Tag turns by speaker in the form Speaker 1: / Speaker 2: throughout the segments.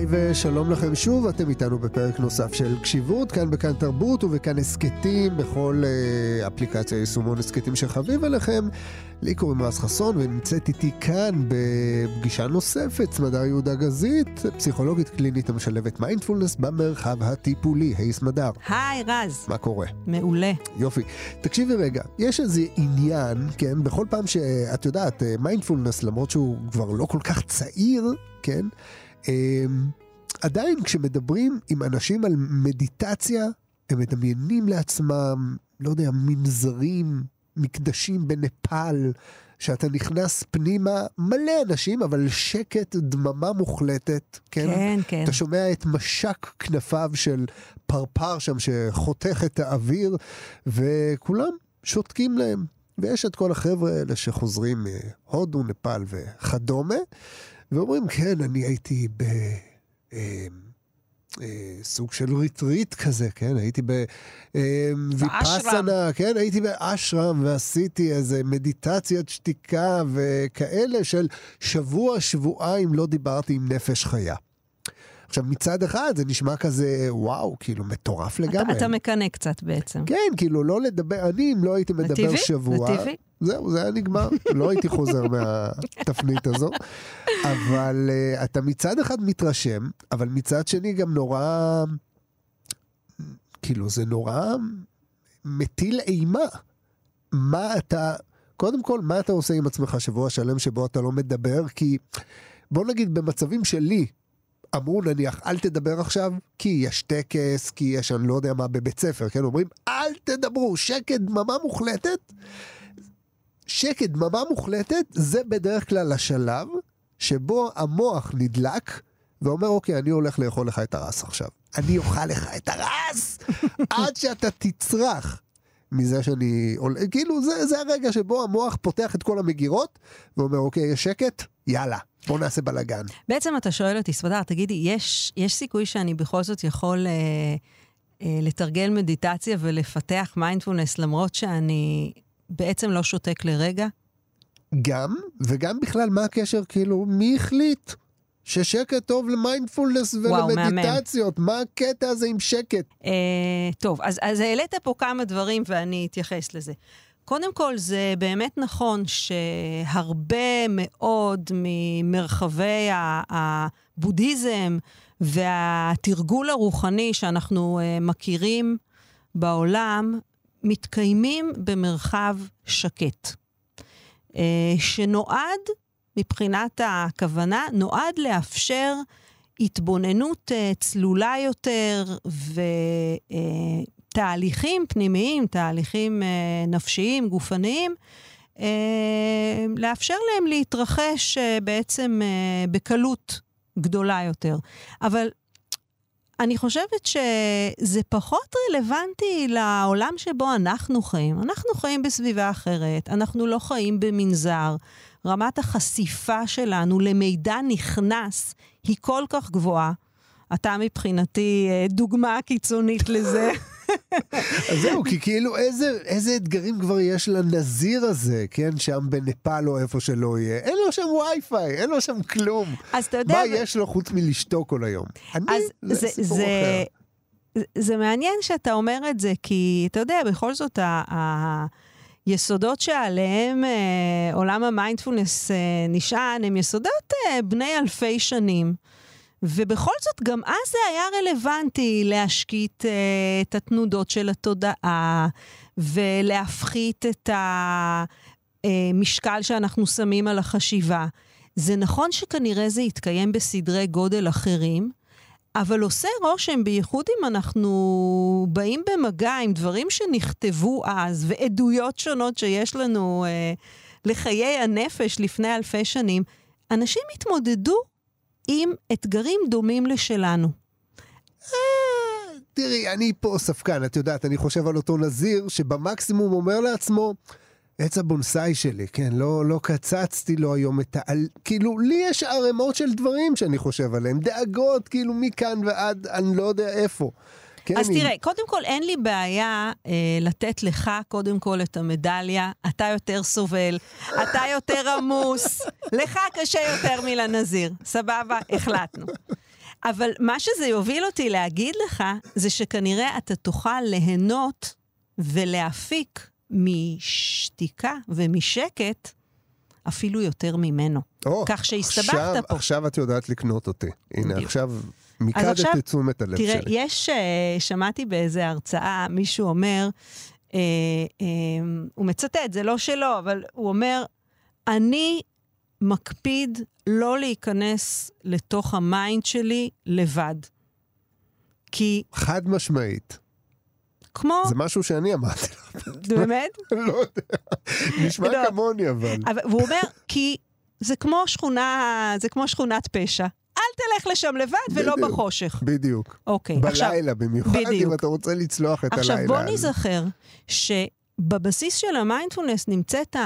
Speaker 1: היי ושלום לכם שוב, אתם איתנו בפרק נוסף של קשיבות, כאן בכאן תרבות ובכאן הסקטים, בכל אפליקציה יישומון הסקטים שחביב עליכם. לי קוראים רז חסון ונמצאת איתי כאן בפגישה נוספת, סמדר יהודה גזית, פסיכולוגית קלינית המשלבת מיינדפולנס במרחב הטיפולי. היי סמדר.
Speaker 2: היי רז.
Speaker 1: מה קורה?
Speaker 2: מעולה.
Speaker 1: יופי. תקשיבי רגע, יש איזה עניין, כן, בכל פעם שאת יודעת, מיינדפולנס, למרות שהוא כבר לא כל כך צעיר, כן, עדיין כשמדברים עם אנשים על מדיטציה, הם מדמיינים לעצמם, לא יודע, מנזרים, מקדשים בנפאל, שאתה נכנס פנימה, מלא אנשים, אבל שקט, דממה מוחלטת, כן?
Speaker 2: כן, כן.
Speaker 1: אתה שומע את משק כנפיו של פרפר שם, שחותך את האוויר, וכולם שותקים להם. ויש את כל החבר'ה האלה שחוזרים מהודו, נפאל וכדומה, ואומרים, כן, אני הייתי סוג של ריטריט כזה, כן? הייתי בוויפאסנה, כן? הייתי באשרם ועשיתי איזה מדיטציית שתיקה וכאלה של שבוע, שבועיים לא דיברתי עם נפש חיה. עכשיו, מצד אחד זה נשמע כזה, וואו, כאילו מטורף לגמרי.
Speaker 2: אתה מקנה קצת בעצם.
Speaker 1: כן, כאילו לא לדבר, אני אם לא הייתי מדבר שבוע, זהו, זה היה נגמר, לא הייתי חוזר מהתפנית הזו, אבל אתה מצד אחד מתרשם, אבל מצד שני גם נורא, כאילו זה נורא מטיל אימה. מה אתה, קודם כל, מה אתה עושה עם עצמך שבוע שלם שבו אתה לא מדבר? כי בוא נגיד במצבים שלי, אמרו נניח, אל תדבר עכשיו, כי יש טקס, כי יש אני לא יודע מה בבית ספר, כן? אומרים, אל תדברו, שקט דממה מוחלטת. שקט דממה מוחלטת, זה בדרך כלל השלב שבו המוח נדלק, ואומר, אוקיי, אני הולך לאכול לך את הרס עכשיו. אני אוכל לך את הרס, עד שאתה תצרח מזה שאני, כאילו זה הרגע שבו המוח פותח את כל המגירות, ואומר, אוקיי, יש שקט, יאללה. בוא נעשה בלגן.
Speaker 2: בעצם אתה שואל אותי, סמדר, תגידי, יש סיכוי שאני בכל זאת יכול לתרגל מדיטציה ולפתח מיינדפולנס, למרות שאני בעצם לא שותק לרגע?
Speaker 1: גם, וגם בכלל מה הקשר, כאילו, מי החליט ששקט טוב למיינדפולנס ולמדיטציות? מה הקטע הזה עם שקט?
Speaker 2: טוב, אז העלית פה כמה דברים ואני אתייחס לזה. קודם כל, זה באמת נכון שהרבה מאוד ממרחבי הבודהיזם והתרגול הרוחני שאנחנו מכירים בעולם, מתקיימים במרחב שקט. שנועד, מבחינת הכוונה, נועד לאפשר התבוננות צלולה יותר תהליכים פנימיים, תהליכים נפשיים, גופניים, לאפשר להם להתרחש בעצם בקלות גדולה יותר. אבל אני חושבת שזה פחות רלוונטי לעולם שבו אנחנו חיים. אנחנו חיים בסביבה אחרת, אנחנו לא חיים במנזר. רמת החשיפה שלנו למידע נכנס היא כל כך גבוהה. אתה מבחינתי דוגמה קיצונית לזה.
Speaker 1: אז זהו, כי כאילו איזה אתגרים כבר יש לנזיר הזה, כן, שם בנפאל או איפה שלא יהיה. אין לו שם וי-פיי, אין לו שם כלום. אז אתה יודע... מה יש לו חוץ מלשתוק כל היום? זה סיפור אחר.
Speaker 2: זה מעניין שאתה אומר את זה, כי אתה יודע, בכל זאת היסודות שעליהם עולם המיינדפולנס נשען, הם יסודות בני אלפי שנים. ובכל זאת, גם אז זה היה רלוונטי להשקיט את התנודות של התודעה, ולהפחית את המשקל שאנחנו שמים על החשיבה. זה נכון שכנראה זה יתקיים בסדרי גודל אחרים, אבל עושה רושם, בייחוד אם אנחנו באים במגע עם דברים שנכתבו אז, ועדויות שונות שיש לנו לחיי הנפש לפני אלפי שנים, אנשים התמודדו עם אתגרים דומים לשלנו.
Speaker 1: תראי, אני פה ספקן, את יודעת, אני חושב על אותו נזיר, שבמקסימום אומר לעצמו, עץ הבונסאי שלי, כן, לא קצצתי לו היום את כאילו, לי יש ערמות של דברים שאני חושב עליהם, דאגות, כאילו, מכאן ועד, אני לא יודע איפה. כן,
Speaker 2: אז תראה, קודם כל אין לי בעיה לתת לך קודם כל את המדליה, אתה יותר סובל, אתה יותר עמוס, לך קשה יותר מלנזיר, סבבה, החלטנו. אבל מה שזה יוביל אותי להגיד לך, זה שכנראה אתה תוכל ליהנות ולהפיק משתיקה ומשקט, אפילו יותר ממנו. כך שהסתבכת פה.
Speaker 1: עכשיו את יודעת לקנות אותי. הנה, עכשיו מיקדת את תשומת הלב שלי.
Speaker 2: תראה, שמעתי באיזה הרצאה, מישהו אומר, הוא מצטט, זה לא שלו, אבל הוא אומר, אני מקפיד לא להיכנס לתוך המיינד שלי לבד. כי...
Speaker 1: חד משמעית.
Speaker 2: כמו...
Speaker 1: זה משהו שאני אמרתי לך.
Speaker 2: באמת?
Speaker 1: לא יודע. נשמע כמוני אבל.
Speaker 2: והוא אומר, כי זה כמו שכונת פשע. אל תלך לשם לבד ולא בחושך.
Speaker 1: בדיוק.
Speaker 2: אוקיי.
Speaker 1: בלילה במיוחד, אם אתה רוצה לצלוח את הלילה.
Speaker 2: עכשיו בוא נזכר שבבסיס של המיינדפולנס נמצאת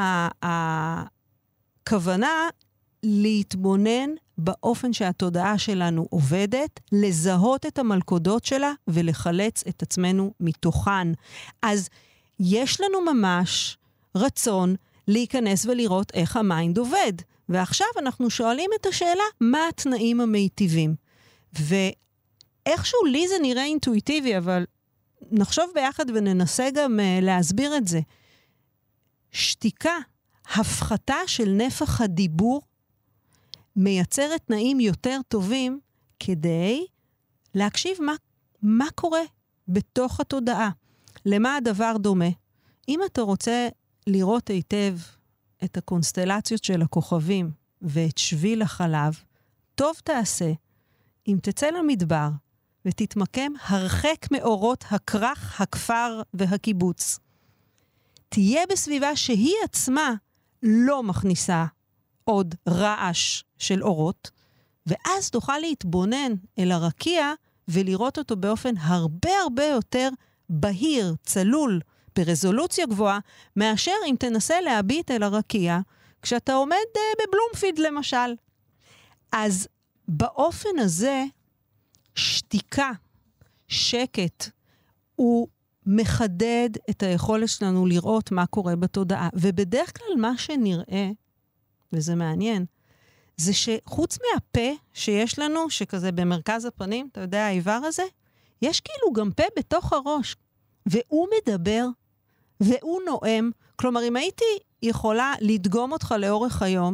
Speaker 2: הכוונה להתבונן באופן שהתודעה שלנו עובדת, לזהות את המלכודות שלה ולחלץ את עצמנו מתוכן. אז יש לנו ממש רצון להיכנס ולראות איך המיינד עובד. ועכשיו אנחנו שואלים את השאלה, מה התנאים המיטיבים? ואיכשהו לי זה נראה אינטואיטיבי, אבל נחשוב ביחד וננסה גם להסביר את זה. שתיקה, הפחתה של נפח הדיבור, מייצרת תנאים יותר טובים כדי להקשיב מה קורה בתוך התודעה. למה הדבר דומה? אם אתה רוצה לראות היטב את הקונסטלציות של הכוכבים ואת שביל החלב, טוב תעשה אם תצא למדבר ותתמקם הרחק מאורות הכרך, הכפר והקיבוץ. תהיה בסביבה שהיא עצמה לא מכניסה עוד רעש של אורות, ואז תוכל להתבונן אל הרקיע ולראות אותו באופן הרבה הרבה יותר בהיר, צלול, ברזולוציה גבוהה, מאשר אם תנסה להביט אל הרקיע, כשאתה עומד בבלומפיד למשל. אז באופן הזה, שתיקה, שקט, הוא מחדד את היכולת שלנו לראות מה קורה בתודעה. ובדרך כלל מה שנראה, וזה מעניין, זה שחוץ מהפה שיש לנו, שכזה במרכז הפנים, אתה יודע, האיבר הזה, יש כאילו גם פה בתוך הראש, והוא מדבר, והוא נואם. כלומר, אם הייתי יכולה לדגום אותך לאורך היום,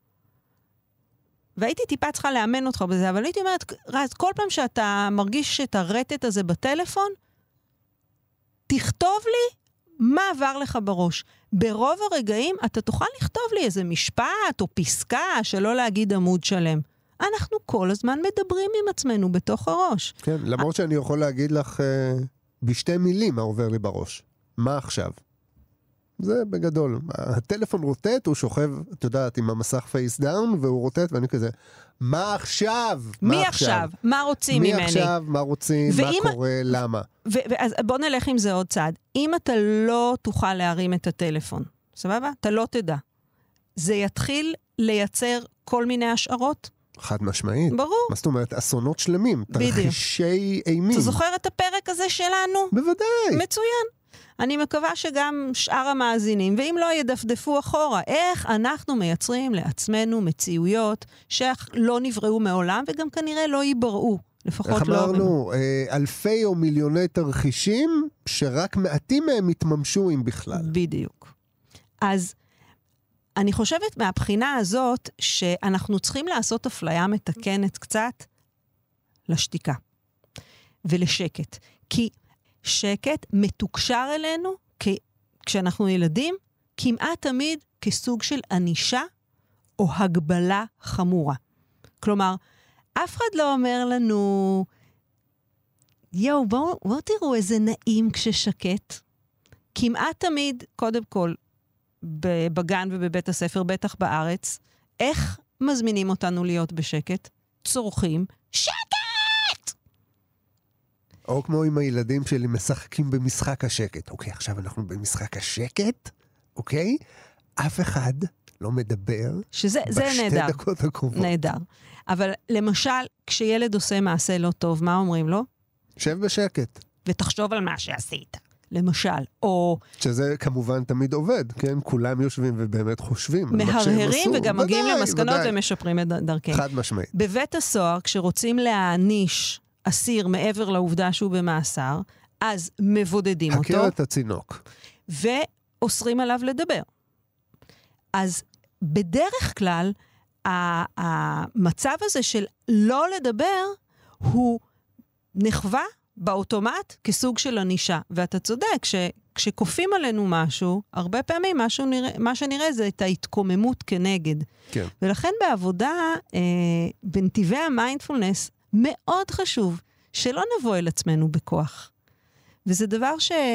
Speaker 2: והייתי טיפה צריכה לאמן אותך בזה, אבל הייתי אומרת, רז, כל פעם שאתה מרגיש את הרטט הזה בטלפון, תכתוב לי מה עבר לך בראש. ברוב הרגעים אתה תוכל לכתוב לי איזה משפט או פסקה, שלא להגיד עמוד שלם. אנחנו כל הזמן מדברים עם עצמנו בתוך הראש.
Speaker 1: כן, למרות שאני יכול להגיד לך בשתי מילים מה עובר לי בראש. מה עכשיו? זה בגדול. הטלפון רוטט, הוא שוכב, את יודעת, עם המסך פייס דאון, והוא רוטט, ואני כזה, מה עכשיו?
Speaker 2: מי עכשיו? מה רוצים ממני?
Speaker 1: מי עכשיו? מה רוצים? מה קורה? למה?
Speaker 2: אז בוא נלך עם זה עוד צעד. אם אתה לא תוכל להרים את הטלפון, סבבה? אתה לא תדע. זה יתחיל לייצר כל מיני השערות?
Speaker 1: חד משמעית.
Speaker 2: ברור.
Speaker 1: מה זאת אומרת? אסונות שלמים. תרחישי אימים.
Speaker 2: אתה זוכר את הפרק הזה שלנו?
Speaker 1: בוודאי.
Speaker 2: מצוין. אני מקווה שגם שאר המאזינים, ואם לא ידפדפו אחורה, איך אנחנו מייצרים לעצמנו מציאויות שלא נבראו מעולם, וגם כנראה לא ייבראו. לפחות לא...
Speaker 1: איך אמרנו, אלפי או מיליוני תרחישים, שרק מעטים מהם מתממשו אם בכלל.
Speaker 2: בדיוק. אז אני חושבת מהבחינה הזאת, שאנחנו צריכים לעשות אפליה מתקנת קצת לשתיקה ולשקט. כי שקט מתוקשר אלינו, כשאנחנו ילדים, כמעט תמיד כסוג של ענישה או הגבלה חמורה. כלומר, אף אחד לא אומר לנו, יואו, בואו תראו איזה נעים כששקט. כמעט תמיד, קודם כל, בגן ובבית הספר, בטח בארץ, איך מזמינים אותנו להיות בשקט? צורכים, שקט!
Speaker 1: או כמו עם הילדים שלי משחקים במשחק השקט. אוקיי, עכשיו אנחנו במשחק השקט, אוקיי? אף אחד לא מדבר
Speaker 2: שזה נהדר.
Speaker 1: בשתי דקות הקרובות.
Speaker 2: נהדר. אבל למשל, כשילד עושה מעשה לא טוב, מה אומרים לו?
Speaker 1: שב בשקט.
Speaker 2: ותחשוב על מה שעשית. למשל, או...
Speaker 1: שזה כמובן תמיד עובד, כן? כולם יושבים ובאמת חושבים.
Speaker 2: מהרהרים וגם מגיעים למסקנות ומשפרים את דרכם.
Speaker 1: חד משמעית.
Speaker 2: בבית הסוהר, כשרוצים להעניש אסיר מעבר לעובדה שהוא במאסר, אז מבודדים אותו.
Speaker 1: הכיר את הצינוק.
Speaker 2: ואוסרים עליו לדבר. אז בדרך כלל, המצב הזה של לא לדבר, הוא נחווה באוטומט כסוג של ענישה. ואתה צודק, כשקופים עלינו משהו, הרבה פעמים מה שנראה זה את ההתקוממות כנגד.
Speaker 1: כן.
Speaker 2: ולכן בעבודה, בנתיבי המיינדפולנס, מאוד חשוב שלא נבוא אל עצמנו בכוח. וזה דבר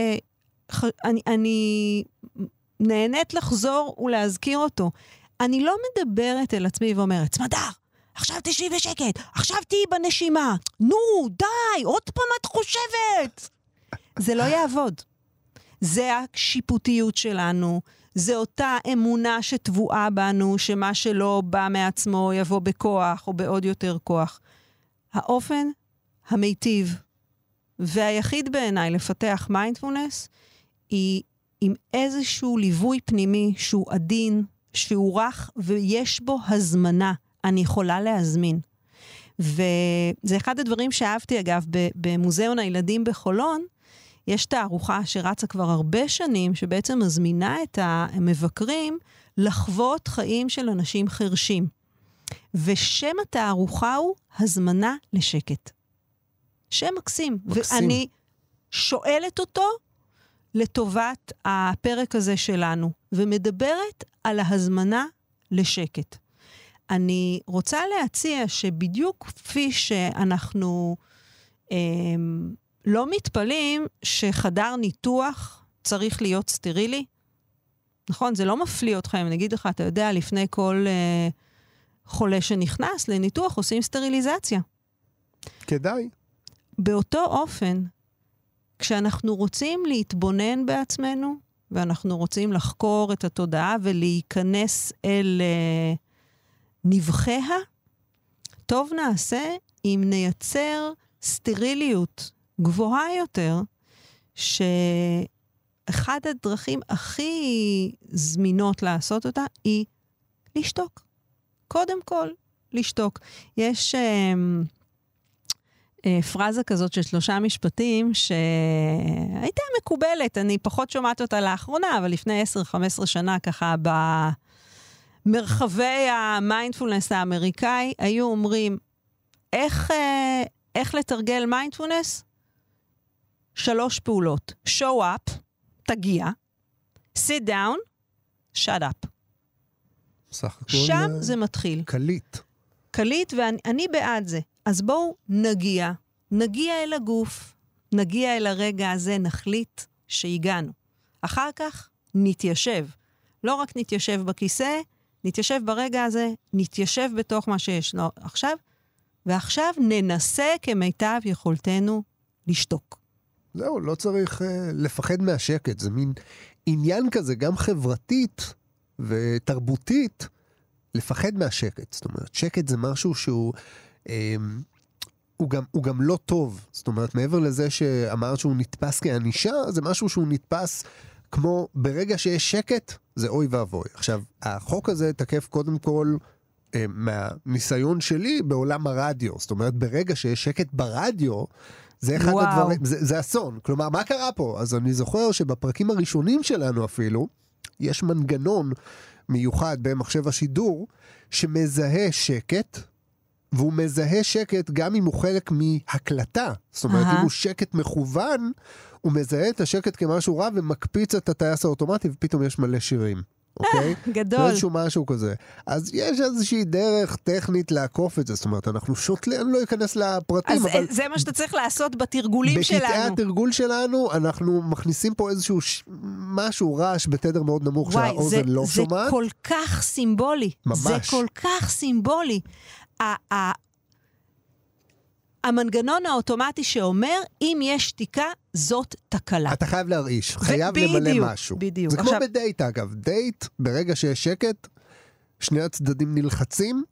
Speaker 2: שאני נהנית לחזור ולהזכיר אותו. אני לא מדברת אל עצמי ואומרת, סמדר, עכשיו תשבי בשקט, עכשיו תהי בנשימה. נו, די, עוד פעם את חושבת. זה לא יעבוד. זה השיפוטיות שלנו, זה אותה אמונה שטבועה בנו, שמה שלא בא מעצמו יבוא בכוח או בעוד יותר כוח. האופן המיטיב והיחיד בעיניי לפתח מיינדפולנס, היא עם איזשהו ליווי פנימי שהוא עדין, שהוא רך ויש בו הזמנה. אני יכולה להזמין. וזה אחד הדברים שאהבתי אגב במוזיאון הילדים בחולון, יש תערוכה שרצה כבר הרבה שנים, שבעצם מזמינה את המבקרים לחוות חיים של אנשים חרשים. ושם התערוכה הוא הזמנה לשקט. שם מקסים. ואני שואלת אותו לטובת הפרק הזה שלנו, ומדברת על ההזמנה לשקט. אני רוצה להציע שבדיוק כפי שאנחנו לא מתפלים שחדר ניתוח צריך להיות סטרילי. נכון, זה לא מפליא אותך, אם נגיד לך, אתה יודע, לפני כל חולה שנכנס לניתוח עושים סטריליזציה.
Speaker 1: כדאי.
Speaker 2: באותו אופן, כשאנחנו רוצים להתבונן בעצמנו, ואנחנו רוצים לחקור את התודעה ולהיכנס אל נבחיה, טוב נעשה אם נייצר סטריליות גבוהה יותר, שאחד הדרכים הכי זמינות לעשות אותה היא לשתוק. קודם כל, לשתוק. יש פרזה כזאת של 3 משפטים שהייתה מקובלת, אני פחות שומעת אותה לאחרונה, אבל לפני 10-15 שנה ככה במרחבי המיינדפולנס האמריקאי, היו אומרים, איך לתרגל מיינדפולנס? 3 פעולות. show up, תגיע, sit down, shut up. שם זה מתחיל. קליט, ואני בעד זה. אז בואו נגיע אל הגוף, נגיע אל הרגע הזה, נחליט שהגענו. אחר כך נתיישב. לא רק נתיישב בכיסא, נתיישב ברגע הזה, נתיישב בתוך מה שיש לו עכשיו, ועכשיו ננסה כמיטב יכולתנו לשתוק.
Speaker 1: זהו, לא צריך לפחד מהשקט. זה מין עניין כזה, גם חברתית ותרבותית, לפחד מהשקט. זאת אומרת, שקט זה משהו שהוא הוא גם לא טוב. זאת אומרת, מעבר לזה שאמרת שהוא נתפס כענישה, זה משהו שהוא נתפס כמו ברגע שיש שקט, זה אוי ואבוי. עכשיו, החוק הזה תקף קודם כל מהניסיון שלי בעולם הרדיו. זאת אומרת, ברגע שיש שקט ברדיו, זה אחד הדברים, זה אסון. כלומר, מה קרה פה? אז אני זוכר שבפרקים הראשונים שלנו אפילו, יש מנגנון מיוחד במחשב השידור, שמזהה שקט, והוא מזהה שקט גם אם הוא חלק מהקלטה. זאת אומרת, אם הוא שקט מכוון, הוא מזהה את השקט כמשהו רע, ומקפיץ את הטייס האוטומטי, ופתאום יש מלא שירים. אוקיי?
Speaker 2: גדול.
Speaker 1: איזשהו משהו כזה. אז יש איזושהי דרך טכנית לעקוף את זה. זאת אומרת, אנחנו שותלים, לא ייכנס לפרטים,
Speaker 2: אז
Speaker 1: אבל
Speaker 2: זה מה שאתה צריך לעשות בתרגולים שלנו.
Speaker 1: בקטעי התרגול שלנו, אנחנו מכניסים פה איזשהו משהו רעש בתדר מאוד נמוך שהאוזן לא שומעת.
Speaker 2: זה כל כך סימבולי.
Speaker 1: ממש.
Speaker 2: זה כל כך סימבולי. המנגנון האוטומטי שאומר, אם יש שתיקה, זאת תקלה.
Speaker 1: אתה חייב להרעיש, חייב למלא משהו.
Speaker 2: בדיוק.
Speaker 1: זה כמו בדייט אגב. דייט, ברגע שיש שקט, שני הצדדים נלחצים,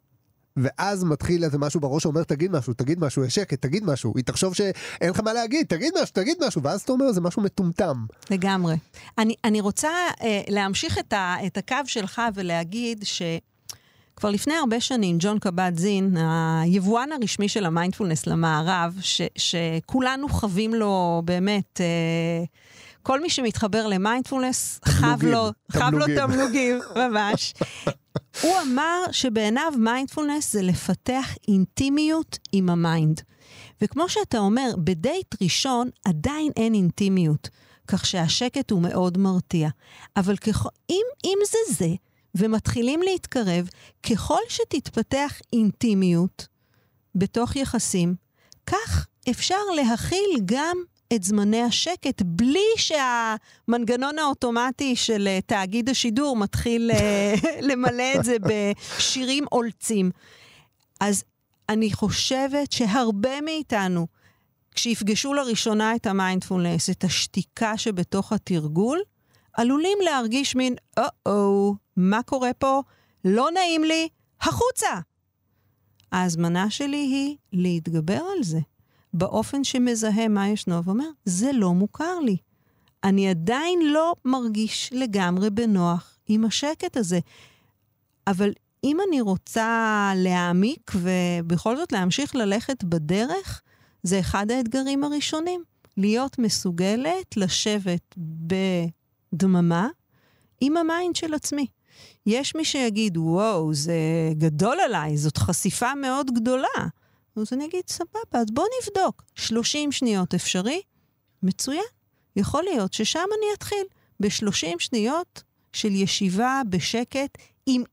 Speaker 1: ואז מתחיל איזה משהו בראש שאומר, תגיד משהו, יש שקט, תגיד משהו, היא תחשוב שאין לך מה להגיד, תגיד משהו, ואז אתה אומר, זה משהו מטומטם.
Speaker 2: לגמרי. אני רוצה להמשיך את הקו שלך ולהגיד שכבר לפני הרבה שנים, ג'ון קבט-זין, היבואן הרשמי של המיינדפולנס למערב, שכולנו חווים לו באמת, כל מי שמתחבר למיינדפולנס, חב לו תמלוגים, ממש. הוא אמר שבעיניו מיינדפולנס זה לפתח אינטימיות עם המיינד. וכמו שאתה אומר, בדייט ראשון עדיין אין אינטימיות, כך שהשקט הוא מאוד מרתיע. אבל אם זה ומתחילים להתקרב, ככל שתתפתח אינטימיות בתוך יחסים, כך אפשר להכיל גם את זמני השקט, בלי שהמנגנון האוטומטי של תאגיד השידור מתחיל למלא את זה בשירים עולצים. אז אני חושבת שהרבה מאיתנו, כשיפגשו לראשונה את המיינדפולנס, את השתיקה שבתוך התרגול, עלולים להרגיש מין, מה קורה פה? לא נעים לי, החוצה! ההזמנה שלי היא להתגבר על זה. באופן שמזהה מה ישנו, ואומר, זה לא מוכר לי. אני עדיין לא מרגיש לגמרי בנוח עם השקט הזה. אבל אם אני רוצה להעמיק ובכל זאת להמשיך ללכת בדרך, זה אחד האתגרים הראשונים. להיות מסוגלת לשבת בדממה עם המיינד של עצמי. יש מי שיגיד, וואו, זה גדול עליי, זאת חשיפה מאוד גדולה. אז אני אגיד, סבבה, אז בוא נבדוק. 30 שניות אפשרי? מצוין. יכול להיות ששם אני אתחיל ב-30 שניות של ישיבה בשקט עם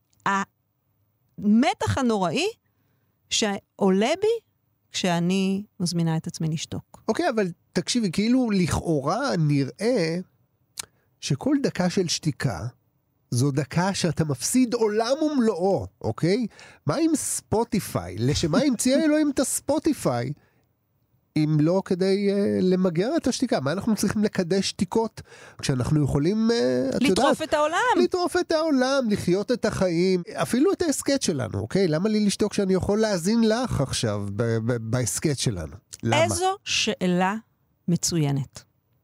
Speaker 2: המתח הנוראי שעולה בי כשאני מזמינה את עצמי לשתוק.
Speaker 1: אוקיי, אבל תקשיבי, כאילו לכאורה נראה שכל דקה של שתיקה זו דקה שאתה מפסיד עולם ומלואו, אוקיי? מה עם ספוטיפיי? לשמה המציאה אלוהים את הספוטיפיי? אם לא כדי למגר את השתיקה. מה אנחנו צריכים לקדש שתיקות? כשאנחנו יכולים,
Speaker 2: לטרוף את העולם.
Speaker 1: לטרוף את העולם, לחיות את החיים, אפילו את ההסקט שלנו, אוקיי? למה לי לשתוק שאני יכול להאזין לך עכשיו בהסקט שלנו? למה?
Speaker 2: איזו שאלה מצוינת.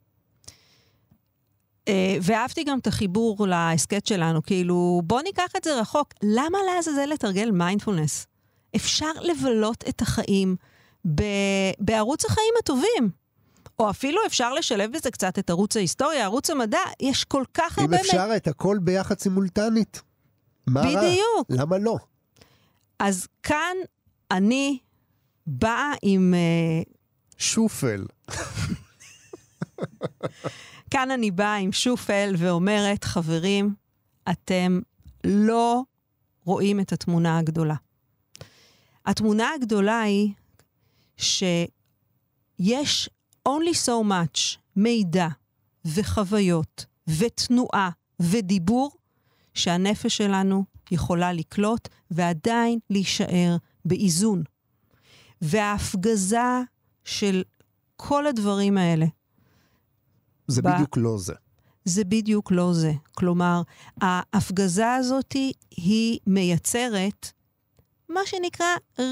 Speaker 2: ואהבתי גם את החיבור להסקט שלנו, כאילו בוא ניקח את זה רחוק, למה לעזאזל לתרגל מיינדפולנס? אפשר לבלות את החיים בערוץ החיים הטובים, או אפילו אפשר לשלב בזה קצת את ערוץ ההיסטוריה, ערוץ המדע, יש כל כך הרבה...
Speaker 1: אם אפשר את הכל ביחד סימולטנית, מה רע?
Speaker 2: בדיוק.
Speaker 1: למה לא?
Speaker 2: אז כאן אני באה עם...
Speaker 1: שופל.
Speaker 2: כאן אני באה עם שופל ואומרת, חברים, אתם לא רואים את התמונה הגדולה. התמונה הגדולה היא שיש only so much מידע וחוויות ותנועה ודיבור שהנפש שלנו יכולה לקלוט ועדיין להישאר באיזון. וההפגזה של כל הדברים האלה,
Speaker 1: זה בדיוק לא זה.
Speaker 2: זה בדיוק לא זה. כלומר, ההפגזה הזאת היא מייצרת מה שנקרא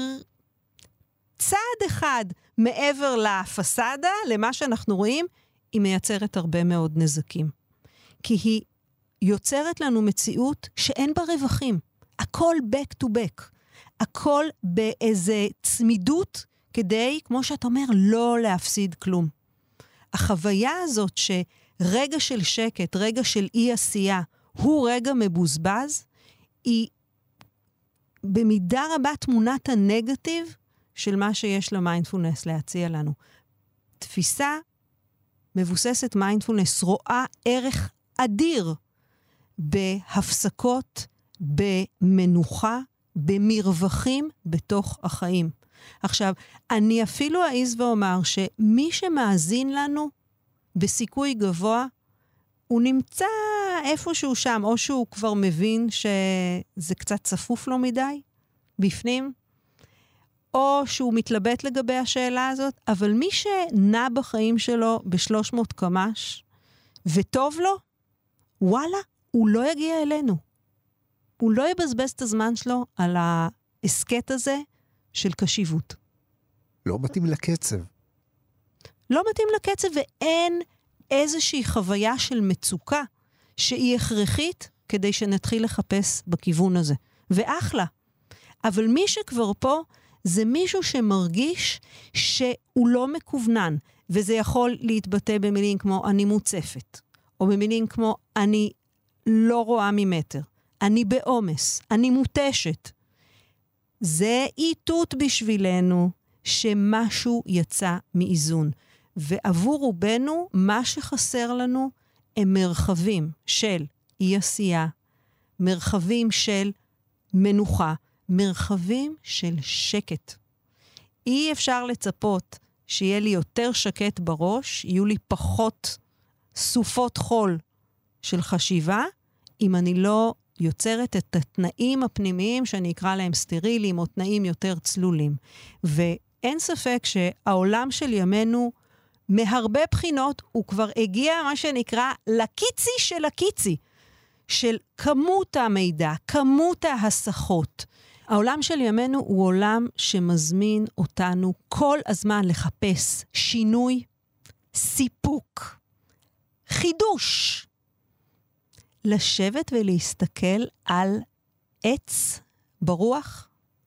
Speaker 2: צעד אחד מעבר לפסדה, למה שאנחנו רואים, היא מייצרת הרבה מאוד נזקים. כי היא יוצרת לנו מציאות שאין בה רווחים. הכל back to back. הכל באיזה צמידות כדי, כמו שאתה אומר, לא להפסיד כלום. החוויה הזאת שרגע של שקט, רגע של אי עשייה, הוא רגע מבוזבז, היא במידה רבה תמונת הנגטיב של מה שיש למיינדפולנס להציע לנו. תפיסה מבוססת מיינדפולנס רואה ערך אדיר בהפסקות, במנוחה, במרווחים בתוך החיים. עכשיו, אני אפילו אעז ואומר שמי שמאזין לנו בסיכוי גבוה, הוא נמצא איפשהו שם, או שהוא כבר מבין שזה קצת צפוף לו מדי, בפנים, או שהוא מתלבט לגבי השאלה הזאת, אבל מי שנע בחיים שלו ב-300 קמ"ש, וטוב לו, וואלה, הוא לא יגיע אלינו. הוא לא יבזבז את הזמן שלו על ההסקט הזה של קשיבות.
Speaker 1: לא מתאים לקצב.
Speaker 2: לא מתאים לקצב, ואין איזושהי חוויה של מצוקה שהיא הכרחית כדי שנתחיל לחפש בכיוון הזה. ואחלה. אבל מי שכבר פה, זה מישהו שמרגיש שהוא לא מקוונן, וזה יכול להתבטא במילים כמו אני מוצפת, או במילים כמו אני לא רואה ממטר, אני בעומס, אני מוטשת. זה איתות בשבילנו שמשהו יצא מאיזון. ועבור רובנו, מה שחסר לנו הם מרחבים של אי עשייה, מרחבים של מנוחה, מרחבים של שקט. אי אפשר לצפות שיהיה לי יותר שקט בראש, יהיו לי פחות סופות חול של חשיבה, אם אני לא יוצרת את התנאים הפנימיים שאני אקרא להם סטרילים, או תנאים יותר צלולים. ואין ספק שהעולם של ימינו, מהרבה בחינות, הוא כבר הגיע מה שנקרא לקיצי של הקיצי, של כמות המידע, כמות ההסחות. העולם של ימינו הוא עולם שמזמין אותנו כל הזמן לחפש שינוי, סיפוק, חידוש. לשבת ולהסתכל על עץ ברוח.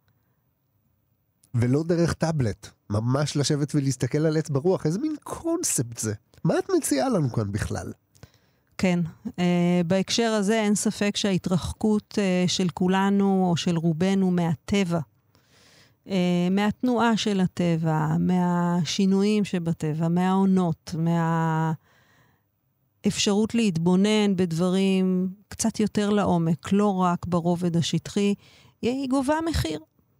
Speaker 1: ולא דרך טאבלט. ממש לשבת ולהסתכל על עץ ברוח. איזה מין קונספט זה? מה את מציעה לנו כאן בכלל?
Speaker 2: כן, בהקשר הזה אין ספק שההתרחקות של כולנו או של רובנו מהטבע, מהתנועה של הטבע, מהשינויים שבטבע, מהעונות, מהאפשרות להתבונן בדברים קצת יותר לעומק, לא רק ברובד השטחי, היא גובה מחיר.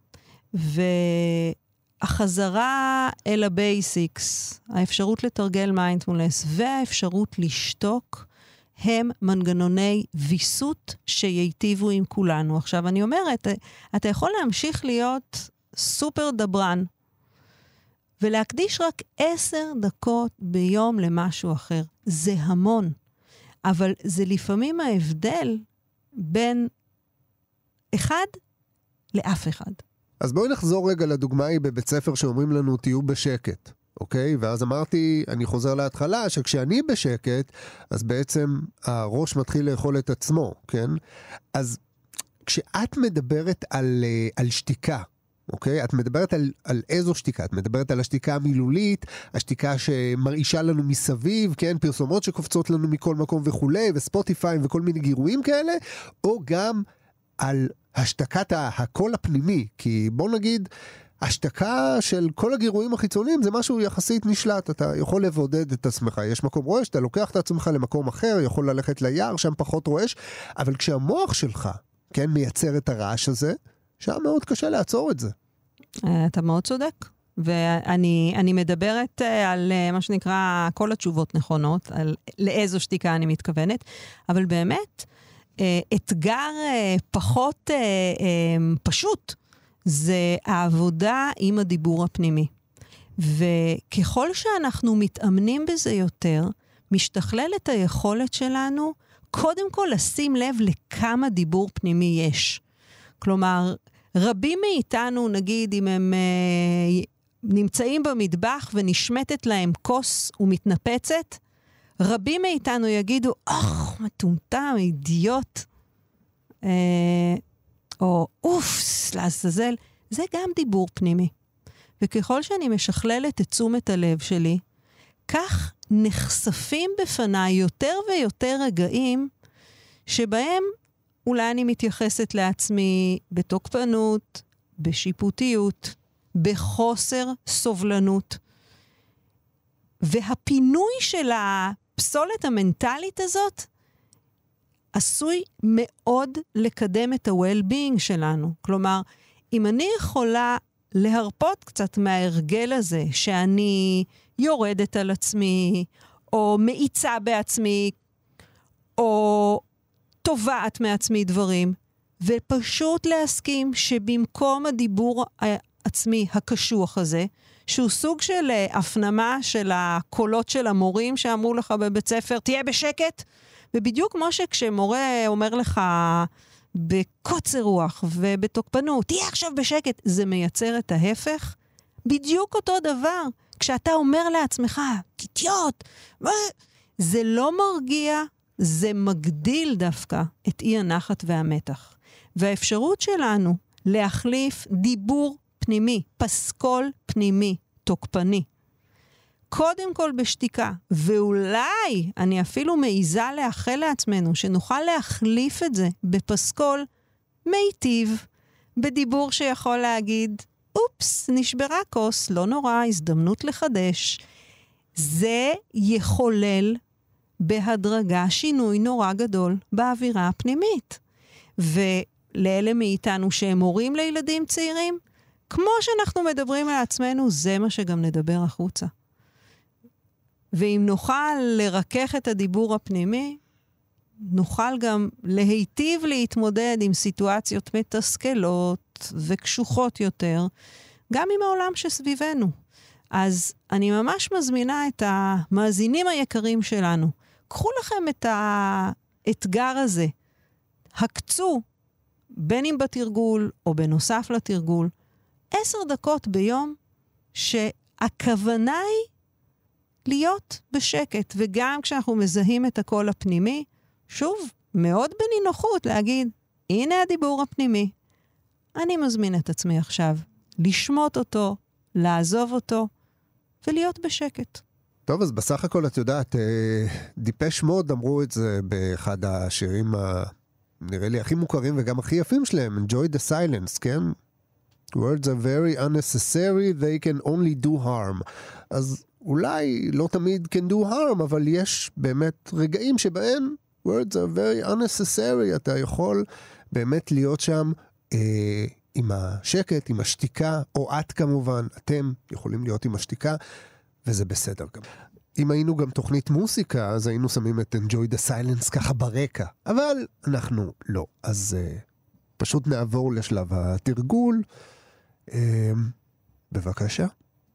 Speaker 2: והחזרה אל הבייסיקס, האפשרות לתרגל מיינדפולנס והאפשרות לשתוק, הם מנגנוני ויסות שייטיבו עם כולנו. עכשיו אני אומרת, אתה יכול להמשיך להיות סופר דברן, ולהקדיש רק 10 דקות ביום למשהו אחר. זה המון. אבל זה לפעמים ההבדל בין אחד לאף אחד.
Speaker 1: אז בואי נחזור רגע לדוגמה היא בבית ספר שאומרים לנו תהיו בשקט. אוקיי? ואז אמרתי, אני חוזר להתחלה, שכשאני בשקט, אז בעצם הראש מתחיל לאכול את עצמו, כן? אז כשאת מדברת על שתיקה, אוקיי? את מדברת על איזו שתיקה? את מדברת על השתיקה המילולית, השתיקה שמרעישה לנו מסביב, כן? פרסומות שקופצות לנו מכל מקום וכולי, וספוטיפיי וכל מיני גירויים כאלה, או גם על השתקת הקול הפנימי, כי בוא נגיד, השתקה של כל הגירויים החיצוניים זה משהו יחסית נשלט, אתה יכול לבודד את עצמך, יש מקום רועש, אתה לוקח את עצמך למקום אחר, יכול ללכת ליער, שם פחות רועש, אבל כשהמוח שלך, כן, מייצר את הרעש הזה, שם מאוד קשה לעצור את זה.
Speaker 2: אתה מאוד צודק, ואני מדברת על מה שנקרא כל התשובות נכונות, על לאיזו שתיקה אני מתכוונת, אבל באמת, אתגר פחות פשוט, זה העבודה עם הדיבור הפנימי. וככל שאנחנו מתאמנים בזה יותר, משתכללת היכולת שלנו, קודם כל לשים לב לכמה דיבור פנימי יש. כלומר, רבים מאיתנו, נגיד, אם הם נמצאים במטבח ונשמטת להם כוס ומתנפצת, רבים מאיתנו יגידו, מטומטם, אידיוט, או אופס, לעזאזל, זה גם דיבור פנימי. וככל שאני משכללת את תשומת הלב שלי, כך נחשפים בפניי יותר ויותר רגעים, שבהם אולי אני מתייחסת לעצמי בתוקפנות, בשיפוטיות, בחוסר סובלנות. והפינוי של הפסולת המנטלית הזאת, עשוי מאוד לקדם את ה-well-being שלנו. כלומר, אם אני יכולה להרפות קצת מההרגל הזה, שאני יורדת על עצמי, או מאיצה בעצמי, או תובעת מעצמי דברים, ופשוט להסכים שבמקום הדיבור העצמי הקשוח הזה, שהוא סוג של הפנמה של הקולות של המורים שאמרו לך בבית ספר, תהיה בשקט, ובדיוק כמו שכשמורה אומר לך בקוצר רוח ובתוקפנות, תהיה עכשיו בשקט, זה מייצר את ההפך. בדיוק אותו דבר, כשאתה אומר לעצמך, אידיוט, זה לא מרגיע, זה מגדיל דווקא את אי הנחת והמתח. והאפשרות שלנו להחליף דיבור פנימי, פסקול פנימי, תוקפני, קודם כל בשתיקה, ואולי אני אפילו מעיזה לאחל לעצמנו שנוכל להחליף את זה בפסקול מיטיב, בדיבור שיכול להגיד, אופס, נשברה כוס, לא נורא, הזדמנות לחדש. זה יחולל בהדרגה שינוי נורא גדול באווירה הפנימית. ולאלה מאיתנו שהם הורים לילדים צעירים, כמו שאנחנו מדברים על עצמנו, זה מה שגם נדבר החוצה. ואם נוכל לרכך את הדיבור הפנימי, נוכל גם להיטיב להתמודד עם סיטואציות מתסכלות וקשוחות יותר, גם עם העולם שסביבנו. אז אני ממש מזמינה את המאזינים היקרים שלנו, קחו לכם את האתגר הזה, הקצו, בין אם בתרגול או בנוסף לתרגול, 10 דקות ביום, שהכוונה היא להיות בשקט, וגם כשאנחנו מזהים את הקול הפנימי, שוב, מאוד בנינוחות להגיד, הנה הדיבור הפנימי, אני מזמין את עצמי עכשיו, לשמות אותו, לעזוב אותו, ולהיות בשקט.
Speaker 1: טוב, אז בסך הכל את יודעת, דיפש מוד אמרו את זה באחד השירים נראה לי הכי מוכרים וגם הכי יפים שלהם, Enjoy the silence, כן? Words are very unnecessary, they can only do harm. אז אולי לא תמיד can do harm, אבל יש באמת רגעים שבהם words are very unnecessary, אתה יכול באמת להיות שם עם השקט, עם השתיקה, או את כמובן, אתם יכולים להיות עם השתיקה, וזה בסדר גם. אם היינו גם תוכנית מוסיקה, אז היינו שמים את Enjoy the Silence ככה ברקע, אבל אנחנו לא. אז פשוט נעבור לשלב התרגול. בבקשה.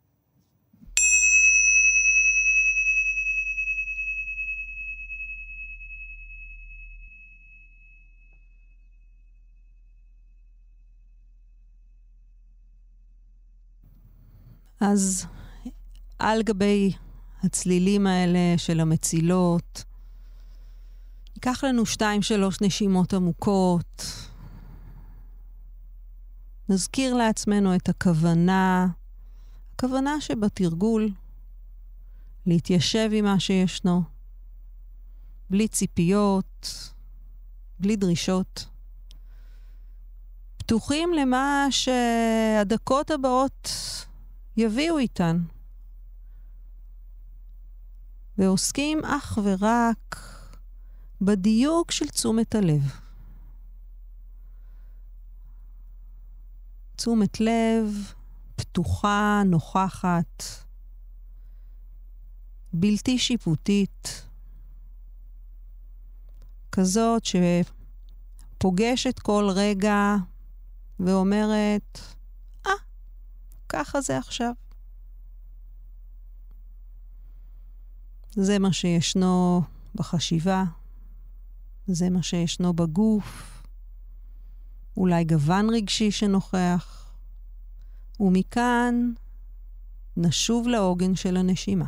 Speaker 2: אז על גבי הצלילים האלה של המצילות, ייקח לנו 2-3 נשימות עמוקות. נזכיר לעצמנו את הכוונה שבתרגול, להתיישב עם מה שישנו, בלי ציפיות, בלי דרישות. פתוחים למה שהדקות הבאות יביאו איתן. ועוסקים אך ורק בדיוק של תשומת הלב. תשומת לב פתוחה, נוכחת, בלתי שיפוטית, כזאת שפוגשת כל רגע ואומרת, ככה זה עכשיו. זה מה שישנו בחשיבה, זה מה שישנו בגוף, אולי גוון רגשי שנוכח, ומכאן נשוב לעוגן של הנשימה.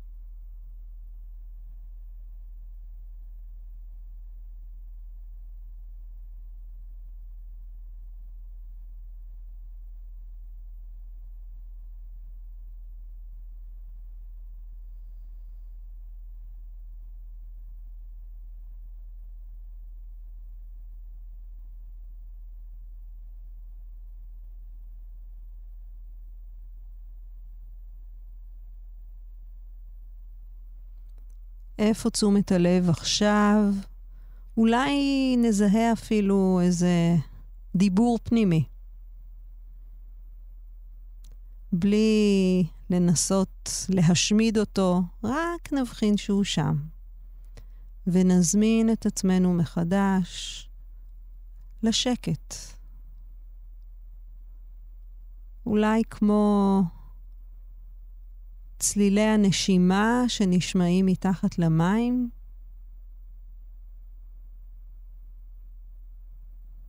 Speaker 2: איפה תשומת הלב עכשיו? אולי נזהה אפילו איזה דיבור פנימי. בלי לנסות להשמיד אותו, רק נבחין שהוא שם. ונזמין את עצמנו מחדש לשקט. אולי כמו צלילי הנשימה שנשמעים מתחת למים.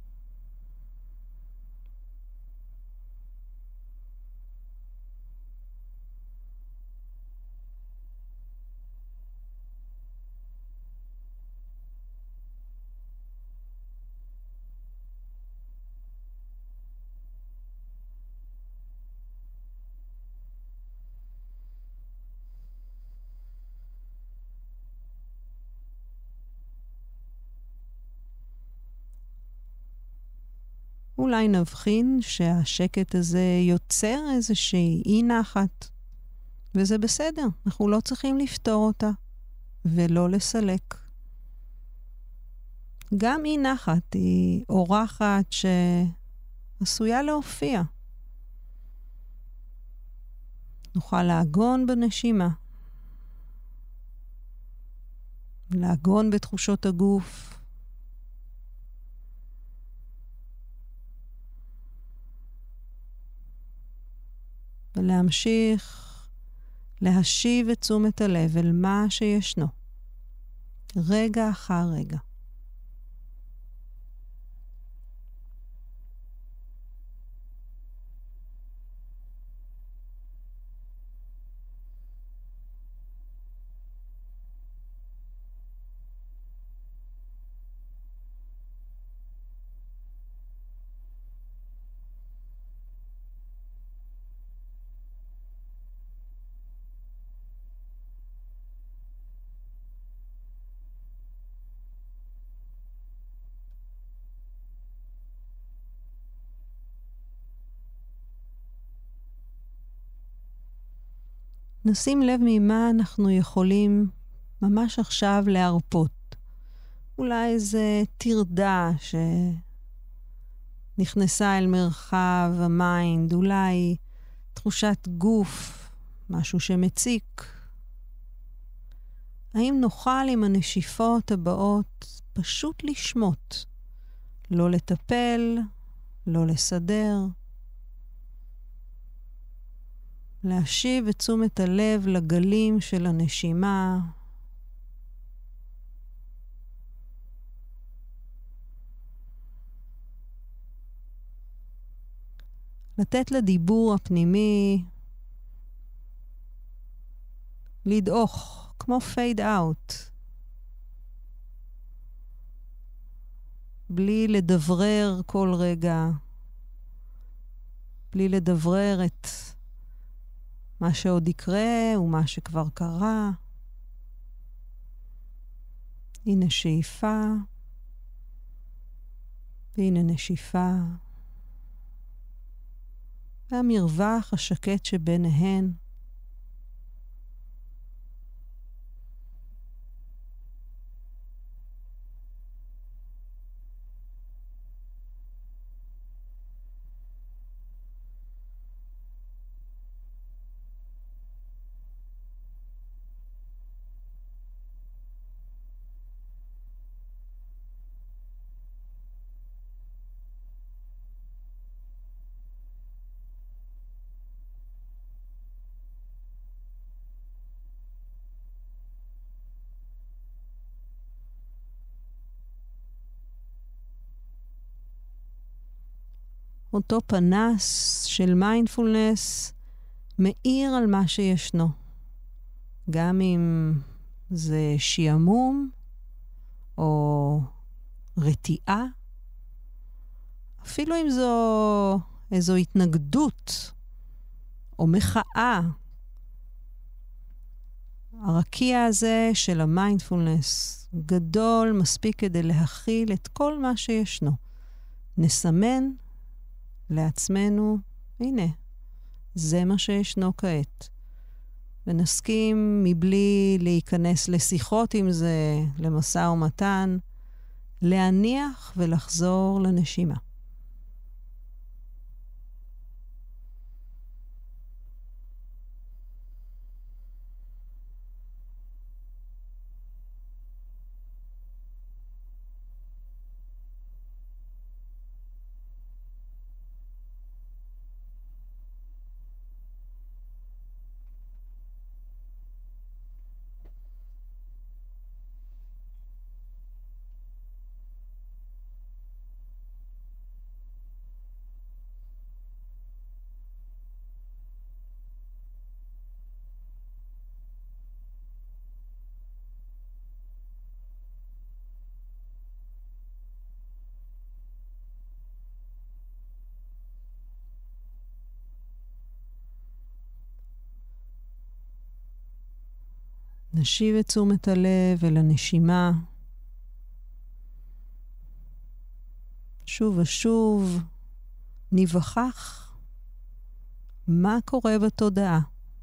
Speaker 2: אולי נבחין שהשקט הזה יוצר איזושהי אי נחת, וזה בסדר, אנחנו לא צריכים לפתור אותה, ולא לסלק. גם אי נחת היא אורחת שעשויה להופיע. נוכל להגון בנשימה, להגון בתחושות הגוף, ולהמשיך להשיב את תשומת הלב אל מה שישנו, רגע אחר רגע. נשים לב ממה אנחנו יכולים ממש עכשיו להרפות. אולי איזה תרדה שנכנסה אל מרחב המיינד, אולי תחושת גוף, משהו שמציק. האם נוכל עם הנשיפות הבאות פשוט לשמות, לא לטפל, לא לסדר, להשיב את תשומת הלב לגלים של הנשימה, לתת לדיבור הפנימי לדעוך כמו פייד אאוט, בלי לדברר כל רגע, בלי לדברר את מה שעוד יקרה ומה שכבר קרה. הנה שאיפה, והנה נשיפה, והמרווח השקט שביניהן. אותו פנס של מיינדפולנס מאיר על מה שישנו. גם אם זה שיעמום או רתיעה, אפילו אם איזו התנגדות או מחאה, הרקיע הזה של המיינדפולנס גדול מספיק כדי להכיל את כל מה שישנו. נסמן לעצמנו, הנה, זה מה שישנו כעת. ונסכים מבלי להיכנס לשיחות עם זה, למשא ומתן, להניח ולחזור לנשימה. נשיב את תשומת הלב אל הנשימה. שוב ושוב ניווכח מה קורה בתודעה.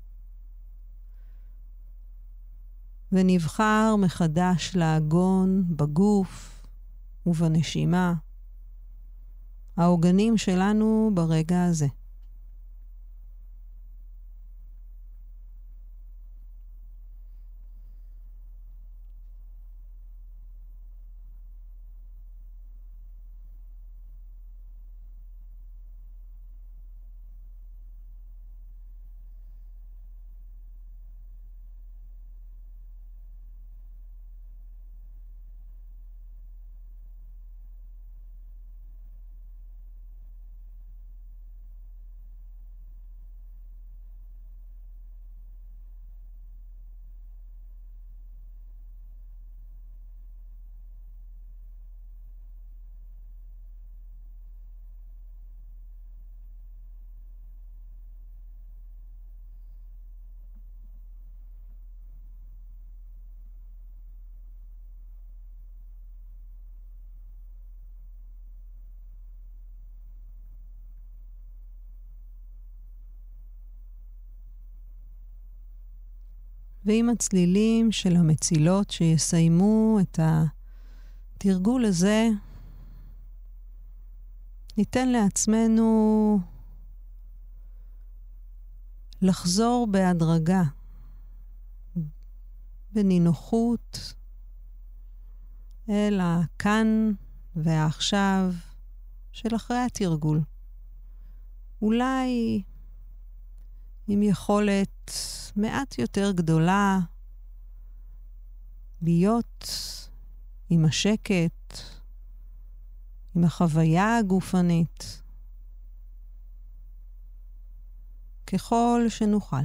Speaker 2: ונבחר מחדש לעגון בגוף ובנשימה, העוגנים שלנו ברגע הזה. ועם הצלילים של המצילות שיסיימו את התרגול הזה, ניתן לעצמנו לחזור בהדרגה, בנינוחות, אל הכאן והעכשיו של אחרי התרגול. אולי עם יכולת מעט יותר גדולה להיות עם השקט, עם החוויה הגופנית, ככל שנוכל.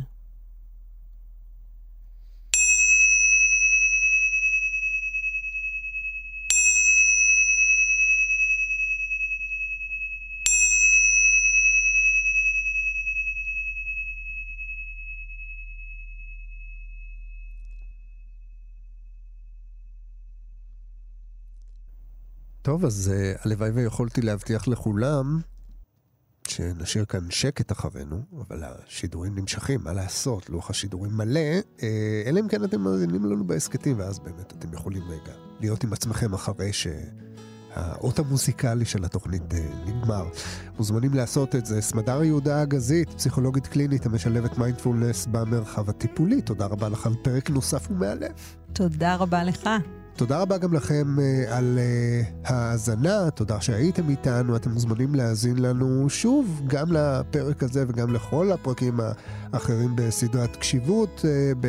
Speaker 1: טוב, אז הלוואי ויכולתי להבטיח לכולם שנשאיר כאן שקט אחרינו, אבל השידורים נמשכים, מה לעשות? לוח השידורים מלא, אלא אם כן אתם מאזינים לנו בהסקטים, ואז באמת אתם יכולים רגע להיות עם עצמכם אחרי שהאות המוזיקלי של התוכנית נגמר. מוזמנים לעשות את זה. סמדר יהודה אגזית, פסיכולוגית קלינית המשלבת מיינדפולנס במרחב הטיפולי. תודה רבה לך על פרק נוסף ומאלף.
Speaker 2: תודה רבה לך.
Speaker 1: תודה רבה גם לכם על ההאזנה, תודה שהייתם איתנו, אתם מוזמנים להאזין לנו שוב, גם לפרק הזה וגם לכל הפרקים האחרים בסדרת קשיבות,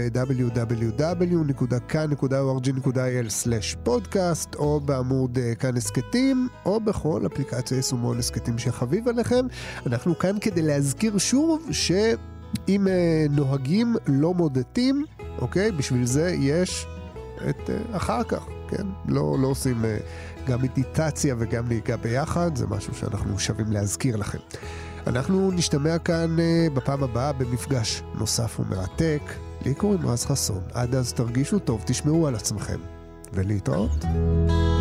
Speaker 1: ב-www.kan.org.il/podcast, או בעמוד כאן הסקטים, או בכל אפליקציה יישומון הסקטים שחביב עליכם. אנחנו כאן כדי להזכיר שוב שאם נוהגים לא מודדים, אוקיי, בשביל זה יש את אחר כך, כן? לא עושים גם מדיטציה וגם נהיגה ביחד, זה משהו שאנחנו שווים להזכיר לכם. אנחנו נשתמע כאן בפעם הבאה במפגש נוסף ומרתק. לי קוראים רז חסון. עד אז תרגישו טוב, תשמעו על עצמכם. ולהתראות.